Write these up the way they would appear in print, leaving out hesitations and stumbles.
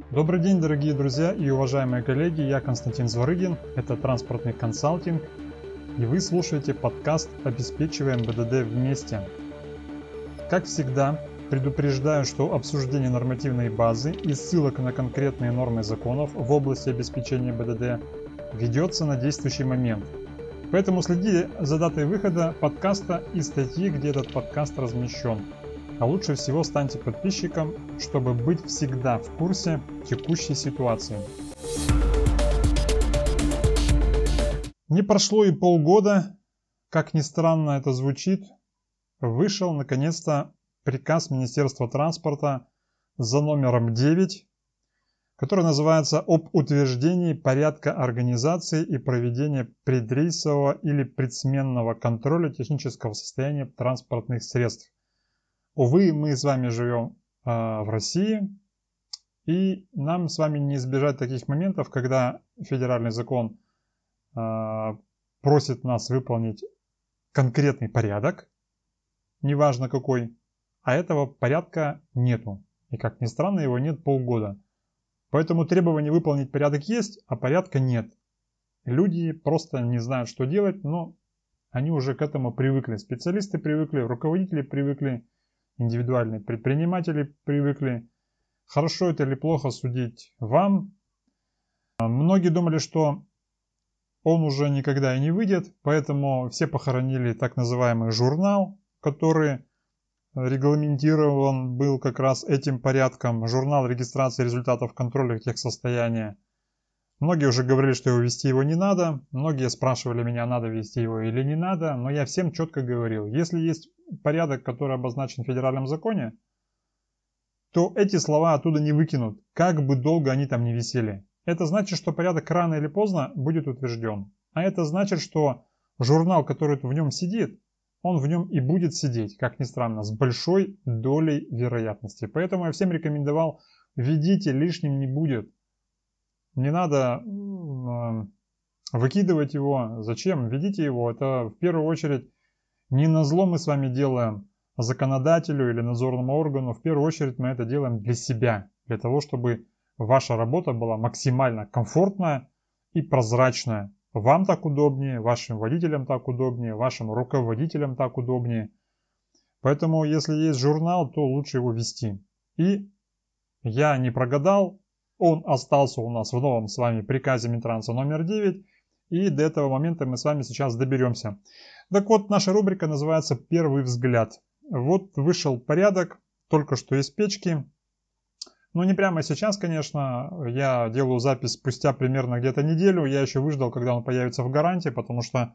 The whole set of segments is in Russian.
Добрый день, дорогие друзья и уважаемые коллеги, я Константин Зворыгин, это транспортный консалтинг, и вы слушаете подкаст «Обеспечиваем БДД вместе». Как всегда, предупреждаю, что обсуждение нормативной базы и ссылок на конкретные нормы законов в области обеспечения БДД ведется на действующий момент. Поэтому следите за датой выхода подкаста и статьи, где этот подкаст размещен. А лучше всего станьте подписчиком, чтобы быть всегда в курсе текущей ситуации. Не прошло и полгода, как ни странно это звучит, вышел наконец-то приказ Министерства транспорта за номером 9, который называется «Об утверждении порядка организации и проведения предрейсового или предсменного контроля технического состояния транспортных средств». Увы, мы с вами живем в России, и нам с вами не избежать таких моментов, когда федеральный закон просит нас выполнить конкретный порядок, неважно какой, а этого порядка нету. И как ни странно, его нет полгода. Поэтому требование выполнить порядок есть, а порядка нет. Люди просто не знают, что делать, но они уже к этому привыкли. Специалисты привыкли, руководители привыкли. Индивидуальные предприниматели привыкли. Хорошо это или плохо судить вам. Многие думали, что он уже никогда и не выйдет, поэтому все похоронили так называемый журнал, который регламентирован был как раз этим порядком. Журнал регистрации результатов контроля техсостояния. Многие уже говорили, что вести его не надо. Многие спрашивали меня, надо вести его или не надо. Но я всем четко говорил, если есть порядок, который обозначен в федеральном законе, то эти слова оттуда не выкинут, как бы долго они там не висели. Это значит, что порядок рано или поздно будет утвержден. А это значит, что журнал, который в нем сидит, он в нем и будет сидеть, как ни странно, с большой долей вероятности. Поэтому я всем рекомендовал, введите, лишним не будет. Не надо выкидывать его. Зачем? Введите его. Это в первую очередь не назло мы с вами делаем законодателю или надзорному органу. В первую очередь мы это делаем для себя. Для того, чтобы ваша работа была максимально комфортная и прозрачная. Вам так удобнее, вашим водителям так удобнее, вашим руководителям так удобнее. Поэтому, если есть журнал, то лучше его вести. И я не прогадал. Он остался у нас в новом с вами приказе Минтранса номер 9. И до этого момента мы с вами сейчас доберемся. Так вот, наша рубрика называется «Первый взгляд». Вот вышел порядок, только что из печки. Ну, не прямо сейчас, конечно. Я делаю запись спустя примерно где-то неделю. Я еще выждал, когда он появится в гарантии, потому что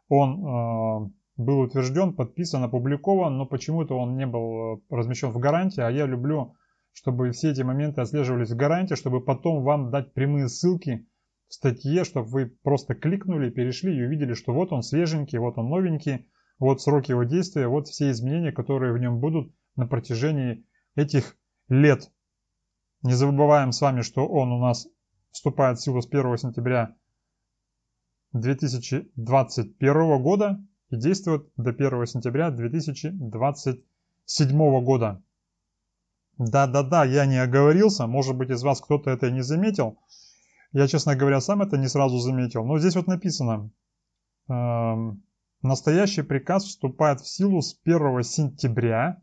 он был утвержден, подписан, опубликован, но почему-то он не был размещен в гарантии, а я люблю, чтобы все эти моменты отслеживались в гарантии, чтобы потом вам дать прямые ссылки в статье, чтобы вы просто кликнули, перешли и увидели, что вот он свеженький, вот он новенький, вот сроки его действия, вот все изменения, которые в нем будут на протяжении этих лет. Не забываем с вами, что он у нас вступает в силу с 1 сентября 2021 года и действует до 1 сентября 2027 года. Да, я не оговорился, может быть из вас кто-то это и не заметил. Я, честно говоря, сам это не сразу заметил. Но здесь вот написано, настоящий приказ вступает в силу с 1 сентября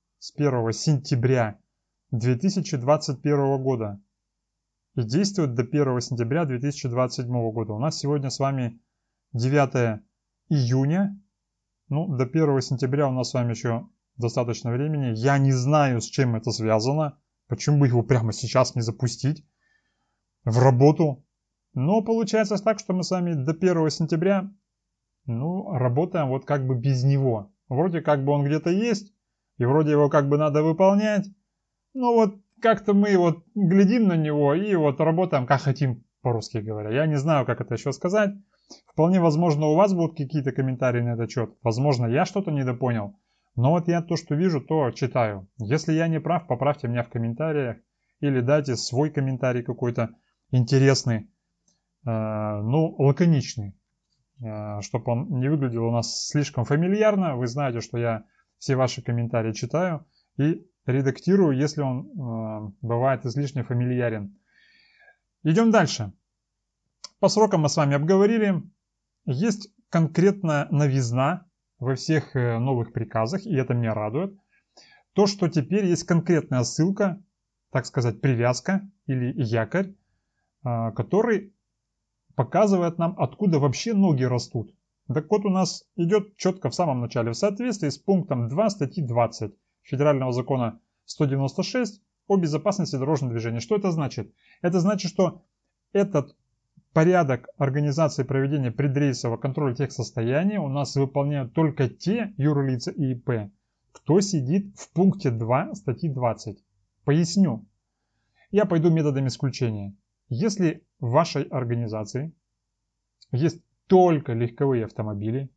2021 года и действует до 1 сентября 2027 года. У нас сегодня с вами 9 июня. Ну, до 1 сентября у нас с вами еще достаточно времени. Я не знаю, с чем это связано. Почему бы его прямо сейчас не запустить в работу? Но получается так, что мы с вами до 1 сентября работаем вот как бы без него. Вроде как бы он где-то есть, и вроде его как бы надо выполнять. Но вот как-то мы вот глядим на него и вот работаем как хотим, по-русски говоря. Я не знаю, как это еще сказать. Вполне возможно, у вас будут какие-то комментарии на этот счет. Возможно, я что-то недопонял. Но вот я то, что вижу, то читаю. Если я не прав, поправьте меня в комментариях. Или дайте свой комментарий какой-то интересный, лаконичный. Чтобы он не выглядел у нас слишком фамильярно. Вы знаете, что я все ваши комментарии читаю. И редактирую, если он бывает излишне фамильярен. Идем дальше. По срокам мы с вами обговорили. Есть конкретная новизна во всех новых приказах, и это меня радует. То, что теперь есть конкретная ссылка, так сказать, привязка или якорь, который показывает нам, откуда вообще ноги растут. Так вот, у нас идет четко в самом начале, в соответствии с пунктом 2 статьи 20 Федерального закона 196 о безопасности дорожного движения. Что это значит? Это значит, что этот порядок организации проведения предрейсового контроля техсостояния у нас выполняют только те юрлица и ИП, кто сидит в пункте 2 статьи 20. Поясню. Я пойду методом исключения. Если в вашей организации есть только легковые автомобили,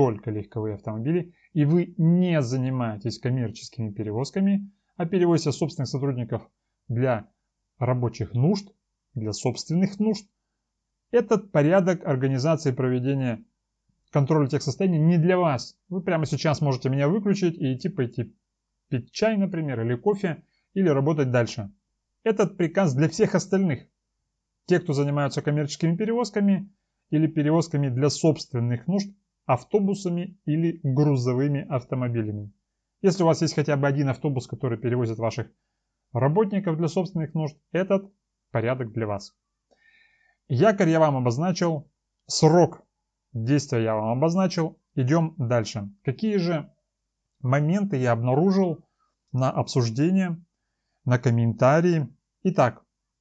и вы не занимаетесь коммерческими перевозками, а перевозите собственных сотрудников для рабочих нужд, для собственных нужд, этот порядок организации проведения контроля техсостояния не для вас. Вы прямо сейчас можете меня выключить и пойти пить чай, например, или кофе, или работать дальше. Этот приказ для всех остальных. Те, кто занимаются коммерческими перевозками или перевозками для собственных нужд, автобусами или грузовыми автомобилями. Если у вас есть хотя бы один автобус, который перевозит ваших работников для собственных нужд, этот порядок для вас. Якорь я вам обозначил, срок действия я вам обозначил. Идем дальше. Какие же моменты я обнаружил на обсуждение, на комментарии? Итак,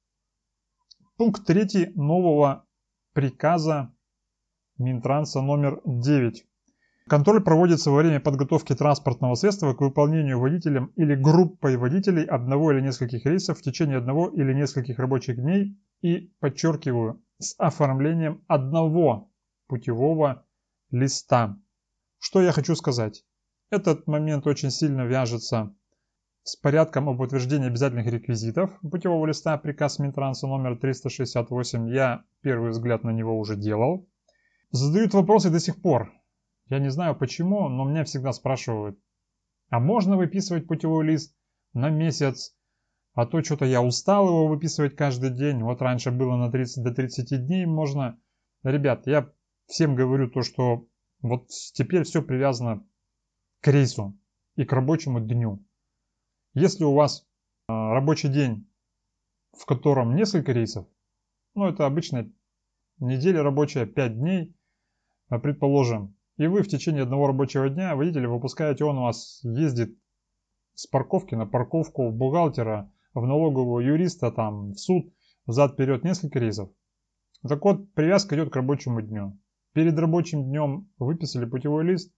пункт 3 нового приказа Минтранса номер 9. Контроль проводится во время подготовки транспортного средства к выполнению водителем или группой водителей одного или нескольких рейсов в течение одного или нескольких рабочих дней и, подчеркиваю, с оформлением одного путевого листа. Что я хочу сказать? Этот момент очень сильно вяжется с порядком об утверждении обязательных реквизитов путевого листа, приказ Минтранса номер 368. Я первый взгляд на него уже делал. Задают вопросы до сих пор. Я не знаю почему, но меня всегда спрашивают, а можно выписывать путевой лист на месяц? А то что-то я устал его выписывать каждый день. Вот раньше было на 30 до 30 дней можно. Ребят, я всем говорю то, что вот теперь все привязано к рейсу и к рабочему дню. Если у вас рабочий день, в котором несколько рейсов, ну это обычно неделя рабочая, 5 дней, предположим, и вы в течение одного рабочего дня водителя выпускаете, он у вас ездит с парковки на парковку, в бухгалтера, в налогового юриста, там, в суд, взад-вперед несколько рейсов. Так вот, привязка идет к рабочему дню. Перед рабочим днем выписали путевой лист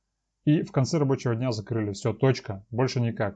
и в конце рабочего дня закрыли. Все, точка, больше никак.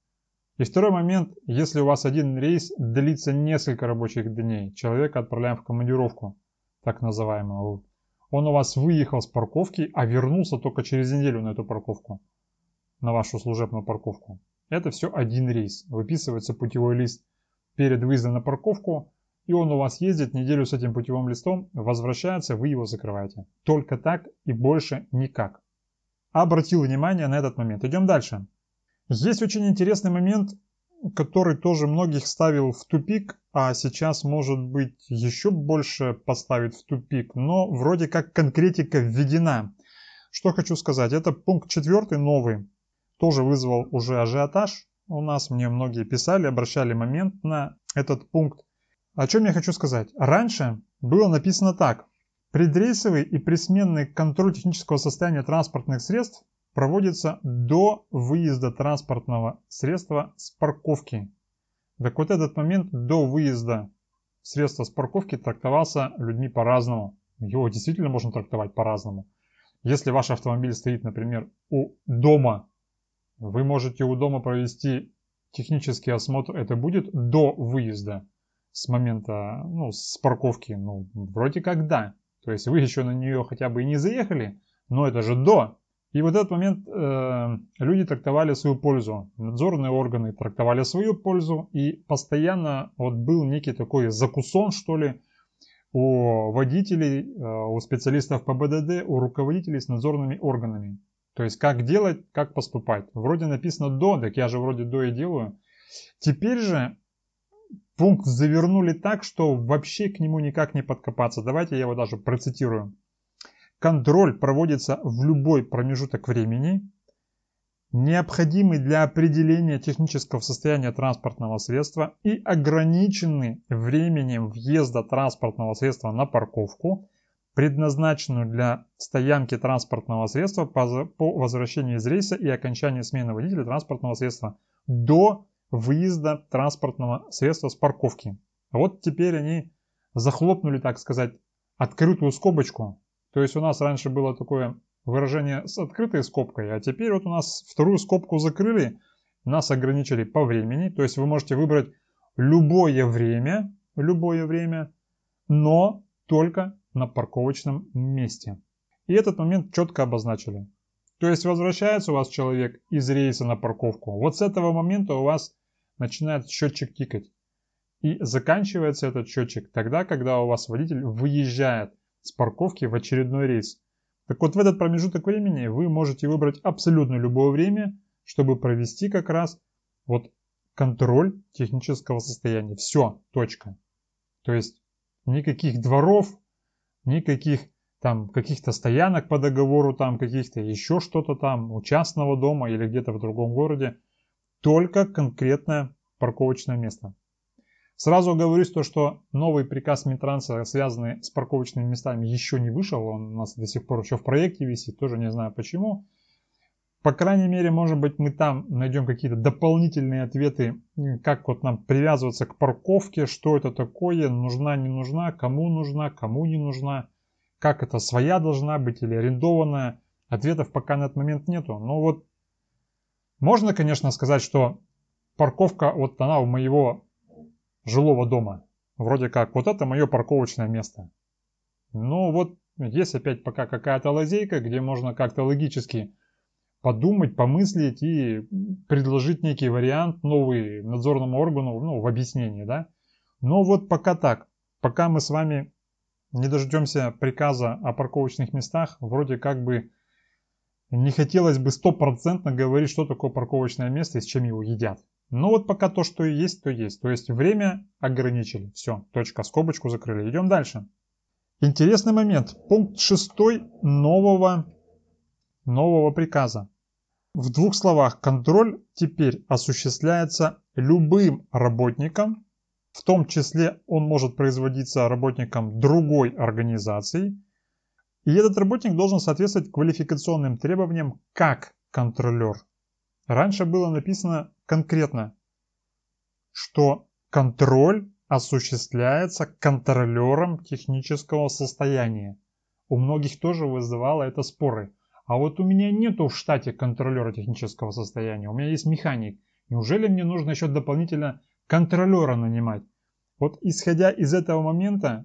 И второй момент, если у вас один рейс длится несколько рабочих дней, человека отправляем в командировку, так называемую, он у вас выехал с парковки, а вернулся только через неделю на эту парковку, на вашу служебную парковку. Это все один рейс. Выписывается путевой лист перед выездом на парковку, и он у вас ездит неделю с этим путевым листом, возвращается, вы его закрываете. Только так и больше никак. Обратил внимание на этот момент. Идем дальше. Есть очень интересный момент, который тоже многих ставил в тупик, а сейчас, может быть, еще больше поставит в тупик, но вроде как конкретика введена. Что хочу сказать, это пункт 4 новый, тоже вызвал уже ажиотаж у нас, мне многие писали, обращали момент на этот пункт. О чем я хочу сказать? Раньше было написано так. Предрейсовый и пресменный контроль технического состояния транспортных средств проводится до выезда транспортного средства с парковки. Так вот этот момент до выезда средства с парковки трактовался людьми по-разному. Его действительно можно трактовать по-разному. Если ваш автомобиль стоит, например, у дома, вы можете у дома провести технический осмотр. Это будет до выезда с момента, с парковки. Вроде как да. То есть вы еще на нее хотя бы и не заехали, но это же до. И вот этот момент люди трактовали свою пользу, надзорные органы трактовали свою пользу, и постоянно был некий такой закусон, что ли, у водителей, у специалистов по БДД, у руководителей с надзорными органами. То есть как делать, как поступать. Вроде написано до, так я же вроде до и делаю. Теперь же пункт завернули так, что вообще к нему никак не подкопаться. Давайте я его даже процитирую. Контроль проводится в любой промежуток времени, необходимый для определения технического состояния транспортного средства и ограниченный временем въезда транспортного средства на парковку, предназначенную для стоянки транспортного средства по возвращении из рейса и окончании смены водителя транспортного средства до выезда транспортного средства с парковки. Вот теперь они захлопнули, так сказать, открытую скобочку. То есть у нас раньше было такое выражение с открытой скобкой, а теперь вот у нас вторую скобку закрыли, нас ограничили по времени. То есть вы можете выбрать любое время, но только на парковочном месте. И этот момент четко обозначили. То есть возвращается у вас человек из рейса на парковку. Вот с этого момента у вас начинает счетчик тикать. И заканчивается этот счетчик тогда, когда у вас водитель выезжает с парковки в очередной рейс. Так вот в этот промежуток времени вы можете выбрать абсолютно любое время, чтобы провести как раз вот контроль технического состояния. Все, точка. То есть никаких дворов, никаких там каких-то стоянок по договору, там каких-то еще что-то там у частного дома или где-то в другом городе. Только конкретное парковочное место. Сразу оговорюсь то, что новый приказ Минтранса, связанный с парковочными местами, еще не вышел. Он у нас до сих пор еще в проекте висит, тоже не знаю почему. По крайней мере, может быть, мы там найдем какие-то дополнительные ответы, как вот нам привязываться к парковке, что это такое, нужна, не нужна, кому не нужна, как это своя должна быть или арендованная. Ответов пока на этот момент нету. Но вот можно, конечно, сказать, что парковка, вот она у моего жилого дома. Вроде как, вот это мое парковочное место. Но вот есть опять пока какая-то лазейка, где можно как-то логически подумать, помыслить и предложить некий вариант новый надзорному органу, в объяснении, да. Но вот пока так, пока мы с вами не дождемся приказа о парковочных местах, вроде как бы не хотелось бы 100% говорить, что такое парковочное место и с чем его едят. Но вот пока то, что есть, то есть. То есть время ограничили. Все, точка, скобочку закрыли. Идем дальше. Интересный момент. Пункт 6 нового приказа. В двух словах, контроль теперь осуществляется любым работником, в том числе он может производиться работником другой организации. И этот работник должен соответствовать квалификационным требованиям как контролер. Раньше было написано конкретно, что контроль осуществляется контролером технического состояния. У многих тоже вызывало это споры. А вот у меня нету в штате контролера технического состояния, у меня есть механик. Неужели мне нужно еще дополнительно контролера нанимать? Вот исходя из этого момента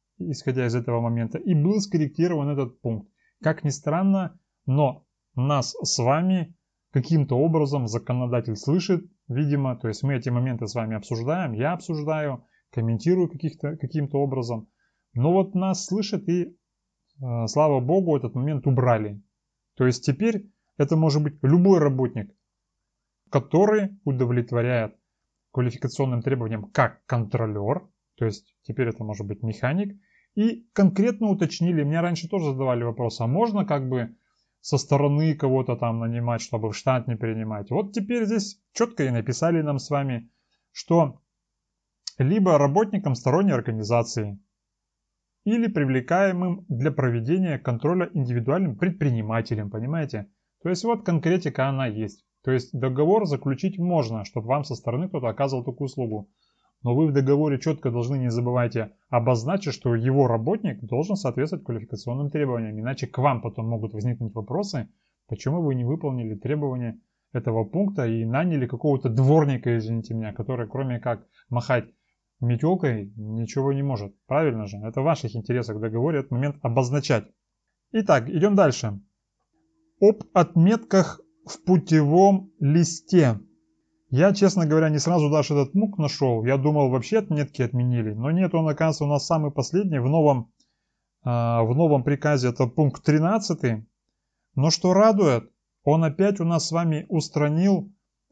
и был скорректирован этот пункт. Как ни странно, но нас с вами каким-то образом законодатель слышит, видимо, то есть мы эти моменты с вами обсуждаем, я обсуждаю, комментирую каким-то образом. Но вот нас слышит и, слава богу, этот момент убрали. То есть теперь это может быть любой работник, который удовлетворяет квалификационным требованиям как контролер, то есть теперь это может быть механик, и конкретно уточнили, мне раньше тоже задавали вопрос, а можно как бы со стороны кого-то там нанимать, чтобы в штат не принимать. Вот теперь здесь четко и написали нам с вами, что либо работникам сторонней организации, или привлекаемым для проведения контроля индивидуальным предпринимателем, понимаете? То есть вот конкретика она есть. То есть договор заключить можно, чтобы вам со стороны кто-то оказывал такую услугу. Но вы в договоре четко должны, не забывайте, обозначить, что его работник должен соответствовать квалификационным требованиям. Иначе к вам потом могут возникнуть вопросы, почему вы не выполнили требования этого пункта и наняли какого-то дворника, извините меня, который кроме как махать метелкой ничего не может. Правильно же? Это в ваших интересах в договоре этот момент обозначать. Итак, идем дальше. Об отметках в путевом листе. Я, честно говоря, не сразу даже этот пункт нашел. Я думал, вообще отметки отменили. Но нет, он, оказывается, у нас самый последний. В новом приказе это пункт 13. Но что радует, Он опять у нас с вами устранил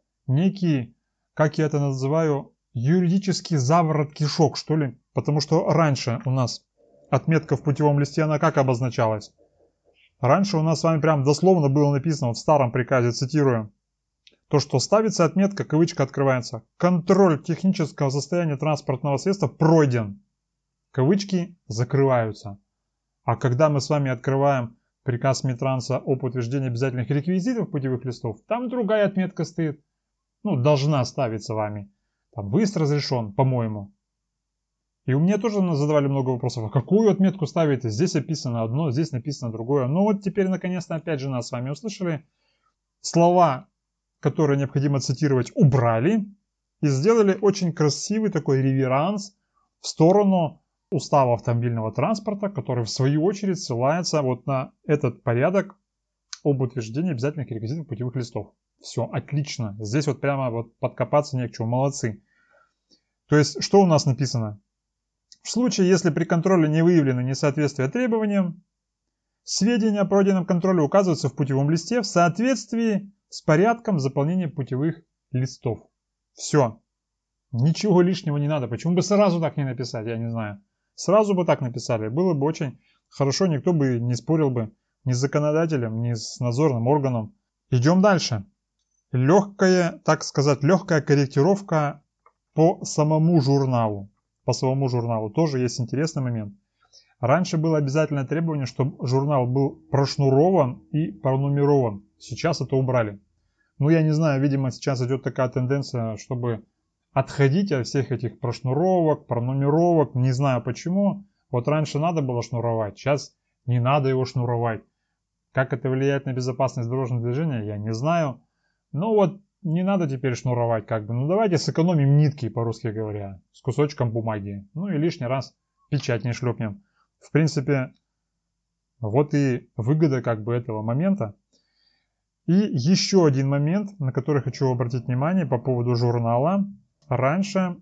некий, как я это называю, юридический заворот кишок, что ли. Потому что раньше у нас отметка в путевом листе, она как обозначалась? Раньше у нас с вами прям дословно было написано вот в старом приказе, цитирую, то, что ставится отметка, кавычка открывается, контроль технического состояния транспортного средства пройден, кавычки закрываются. А когда мы с вами открываем приказ Минтранса об утверждении обязательных реквизитов путевых листов, там другая отметка стоит, ну, должна ставиться вами. Там выезд разрешен, по-моему. И у меня тоже задавали много вопросов, а какую отметку ставите? Здесь описано одно, здесь написано другое. Ну вот теперь наконец-то опять же нас с вами услышали. Слова, которые необходимо цитировать, убрали и сделали очень красивый такой реверанс в сторону устава автомобильного транспорта, который в свою очередь ссылается вот на этот порядок об утверждении обязательных реквизитов путевых листов. Все, отлично. Здесь вот прямо вот подкопаться не к чему. Молодцы. То есть, что у нас написано? В случае, если при контроле не выявлено несоответствие требованиям, сведения о пройденном контроле указываются в путевом листе в соответствии с порядком заполнения путевых листов. Все. Ничего лишнего не надо. Почему бы сразу так не написать, я не знаю. Сразу бы так написали. Было бы очень хорошо, никто бы не спорил бы ни с законодателем, ни с надзорным органом. Идем дальше. Легкая, так сказать, легкая корректировка по самому журналу. По самому журналу тоже есть интересный момент. Раньше было обязательное требование, чтобы журнал был прошнурован и пронумерован. Сейчас это убрали. Ну, я не знаю, видимо, сейчас идет такая тенденция, чтобы отходить от всех этих прошнуровок, пронумеровок. Не знаю почему. Вот раньше надо было шнуровать, сейчас не надо его шнуровать. Как это влияет на безопасность дорожного движения, я не знаю. Но вот не надо теперь шнуровать как бы. Ну давайте сэкономим нитки, по-русски говоря, с кусочком бумаги. Ну и лишний раз печать не шлепнем. В принципе, вот и выгода как бы этого момента. И еще один момент, на который хочу обратить внимание по поводу журнала. Раньше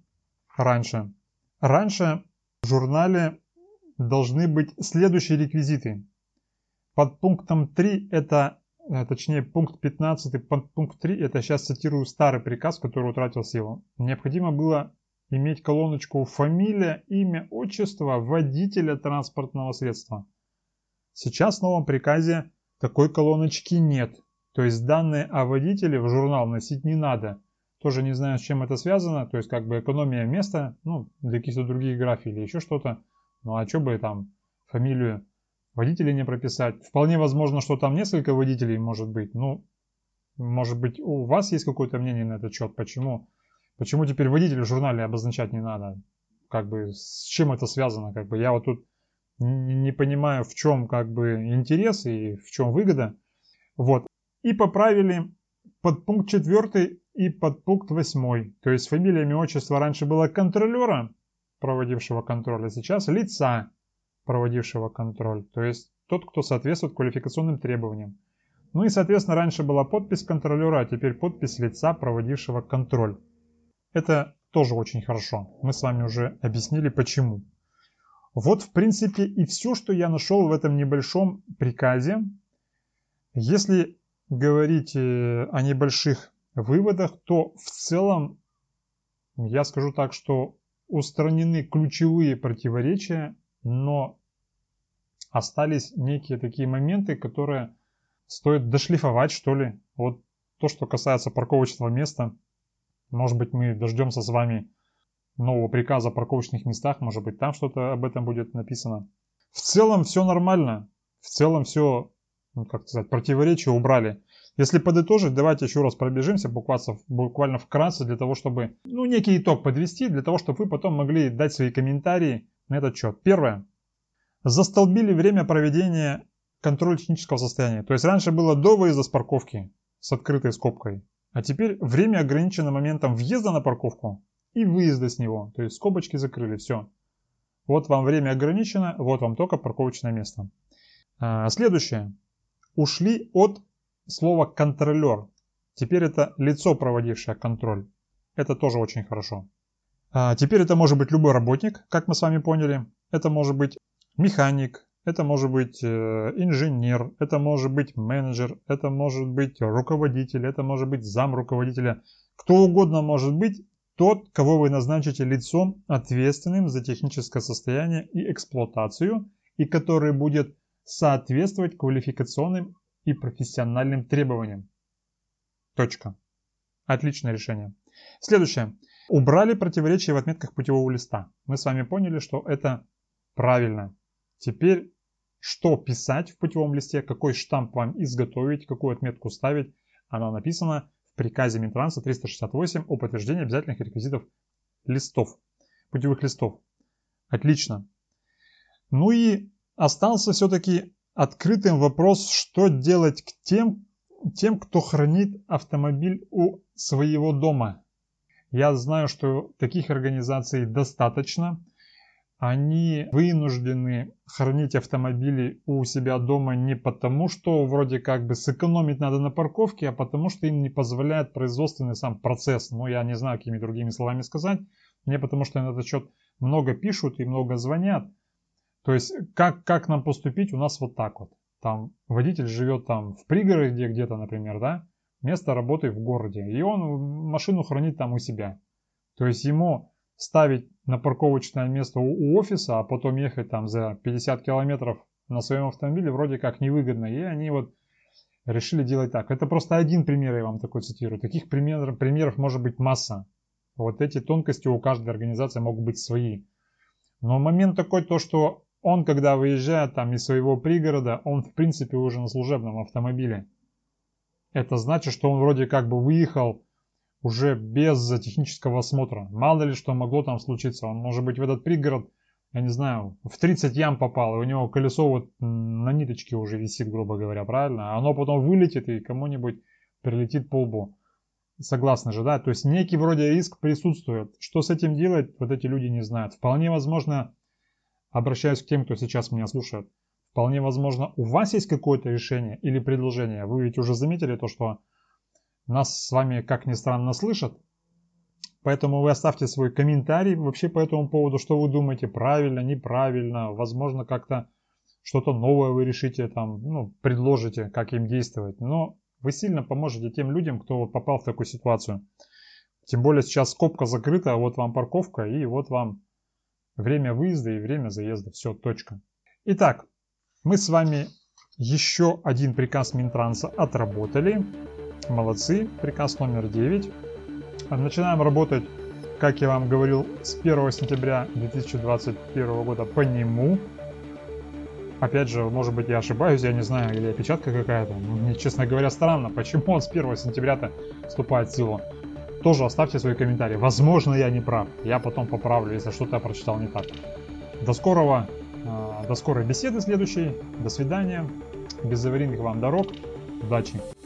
в журнале должны быть следующие реквизиты. Под пунктом 3 это, точнее пункт 15, под пункт 3 это, сейчас цитирую старый приказ, который утратил силу. Необходимо было иметь колоночку фамилия, имя, отчество водителя транспортного средства. Сейчас в новом приказе такой колоночки нет. То есть данные о водителе в журнал вносить не надо. Тоже не знаю, с чем это связано. То есть как бы экономия места, ну, для каких-то других графий или еще что-то. Ну а что бы там фамилию водителя не прописать? Вполне возможно, что там несколько водителей может быть. Ну, может быть, у вас есть какое-то мнение на этот счет? Почему теперь водителя в журнале обозначать не надо? Как бы с чем это связано? Как бы я вот тут не понимаю, в чем как бы интерес и в чем выгода. Вот. И поправили подпункт 4 и подпункт 8. То есть фамилия, имя, отчество раньше было контролера, проводившего контроль, а сейчас лица, проводившего контроль. То есть тот, кто соответствует квалификационным требованиям. Ну и, соответственно, раньше была подпись контролера, а теперь подпись лица, проводившего контроль. Это тоже очень хорошо. Мы с вами уже объяснили, почему. Вот, в принципе, и все, что я нашел в этом небольшом приказе. Если говорить о небольших выводах, то в целом я скажу так, что устранены ключевые противоречия, но остались некие такие моменты, которые стоит дошлифовать, что ли. Вот то, что касается парковочного места. Может быть, мы дождемся с вами нового приказа о парковочных местах, может быть, там что-то об этом будет написано. В целом все нормально, в целом все, ну, как сказать, противоречия убрали. Если подытожить, давайте еще раз пробежимся буквально вкратце, для того, чтобы, ну, некий итог подвести, для того, чтобы вы потом могли дать свои комментарии на этот счет. Первое. Застолбили время проведения контроля технического состояния. То есть раньше было до выезда с парковки с открытой скобкой, а теперь время ограничено моментом въезда на парковку и выезда с него. То есть скобочки закрыли, все. Вот вам время ограничено, вот вам только парковочное место. Следующее. Ушли от слова контролер. Теперь это лицо, проводившее контроль. Это тоже очень хорошо. Теперь это может быть любой работник, как мы с вами поняли. Это может быть механик, это может быть инженер, это может быть менеджер, это может быть руководитель, это может быть зам руководителя. Кто угодно может быть тот, кого вы назначите лицом, ответственным за техническое состояние и эксплуатацию, и который будет соответствовать квалификационным и профессиональным требованиям. Точка. Отличное решение. Следующее. Убрали противоречия в отметках путевого листа. Мы с вами поняли, что это правильно. Теперь, что писать в путевом листе, какой штамп вам изготовить, какую отметку ставить, она написана в приказе Минтранса 368 о подтверждении обязательных реквизитов листов, путевых листов. Отлично. Ну и остался все-таки открытым вопрос, что делать к тем, кто хранит автомобиль у своего дома. Я знаю, что таких организаций достаточно. Они вынуждены хранить автомобили у себя дома не потому, что вроде как бы сэкономить надо на парковке, а потому что им не позволяет производственный сам процесс. Ну, я не знаю, какими другими словами сказать. Мне потому что на этот счет много пишут и много звонят. То есть, как нам поступить, у нас вот так вот. Там водитель живет там в пригороде где-то, например, да, место работы в городе, и он машину хранит там у себя. То есть ему ставить на парковочное место у офиса, а потом ехать там за 50 километров на своем автомобиле вроде как невыгодно. И они вот решили делать так. Это просто один пример, я вам такой цитирую. Таких примеров может быть масса. Вот эти тонкости у каждой организации могут быть свои. Но момент такой, то что он, когда выезжает там из своего пригорода, он в принципе уже на служебном автомобиле. Это значит, что он вроде как бы выехал уже без технического осмотра. Мало ли что могло там случиться. Он может быть в этот пригород, я не знаю, в 30 ям попал, и у него колесо вот на ниточке уже висит, грубо говоря, правильно? А оно потом вылетит и кому-нибудь прилетит по лбу. Согласны же, да? То есть некий вроде риск присутствует. Что с этим делать, вот эти люди не знают. Вполне возможно, обращаюсь к тем, кто сейчас меня слушает, вполне возможно, у вас есть какое-то решение или предложение. Вы ведь уже заметили то, что нас с вами, как ни странно, слышат. Поэтому вы оставьте свой комментарий вообще по этому поводу, что вы думаете, правильно, неправильно. Возможно, как-то что-то новое вы решите, там, ну, предложите, как им действовать. Но вы сильно поможете тем людям, кто попал в такую ситуацию. Тем более сейчас скобка закрыта, вот вам парковка и вот вам время выезда и время заезда. Все, точка. Итак, мы с вами еще один приказ Минтранса отработали. Молодцы. Приказ номер 9. Начинаем работать, как я вам говорил, с 1 сентября 2021 года по нему. Опять же, может быть, я ошибаюсь, я не знаю, или опечатка какая-то. Мне, честно говоря, странно, почему он с 1 сентября-то вступает в силу. Тоже оставьте свои комментарии. Возможно, я не прав. Я потом поправлю, если что-то я прочитал не так. До скорой беседы следующей. До свидания. Безаварийных вам дорог. Удачи.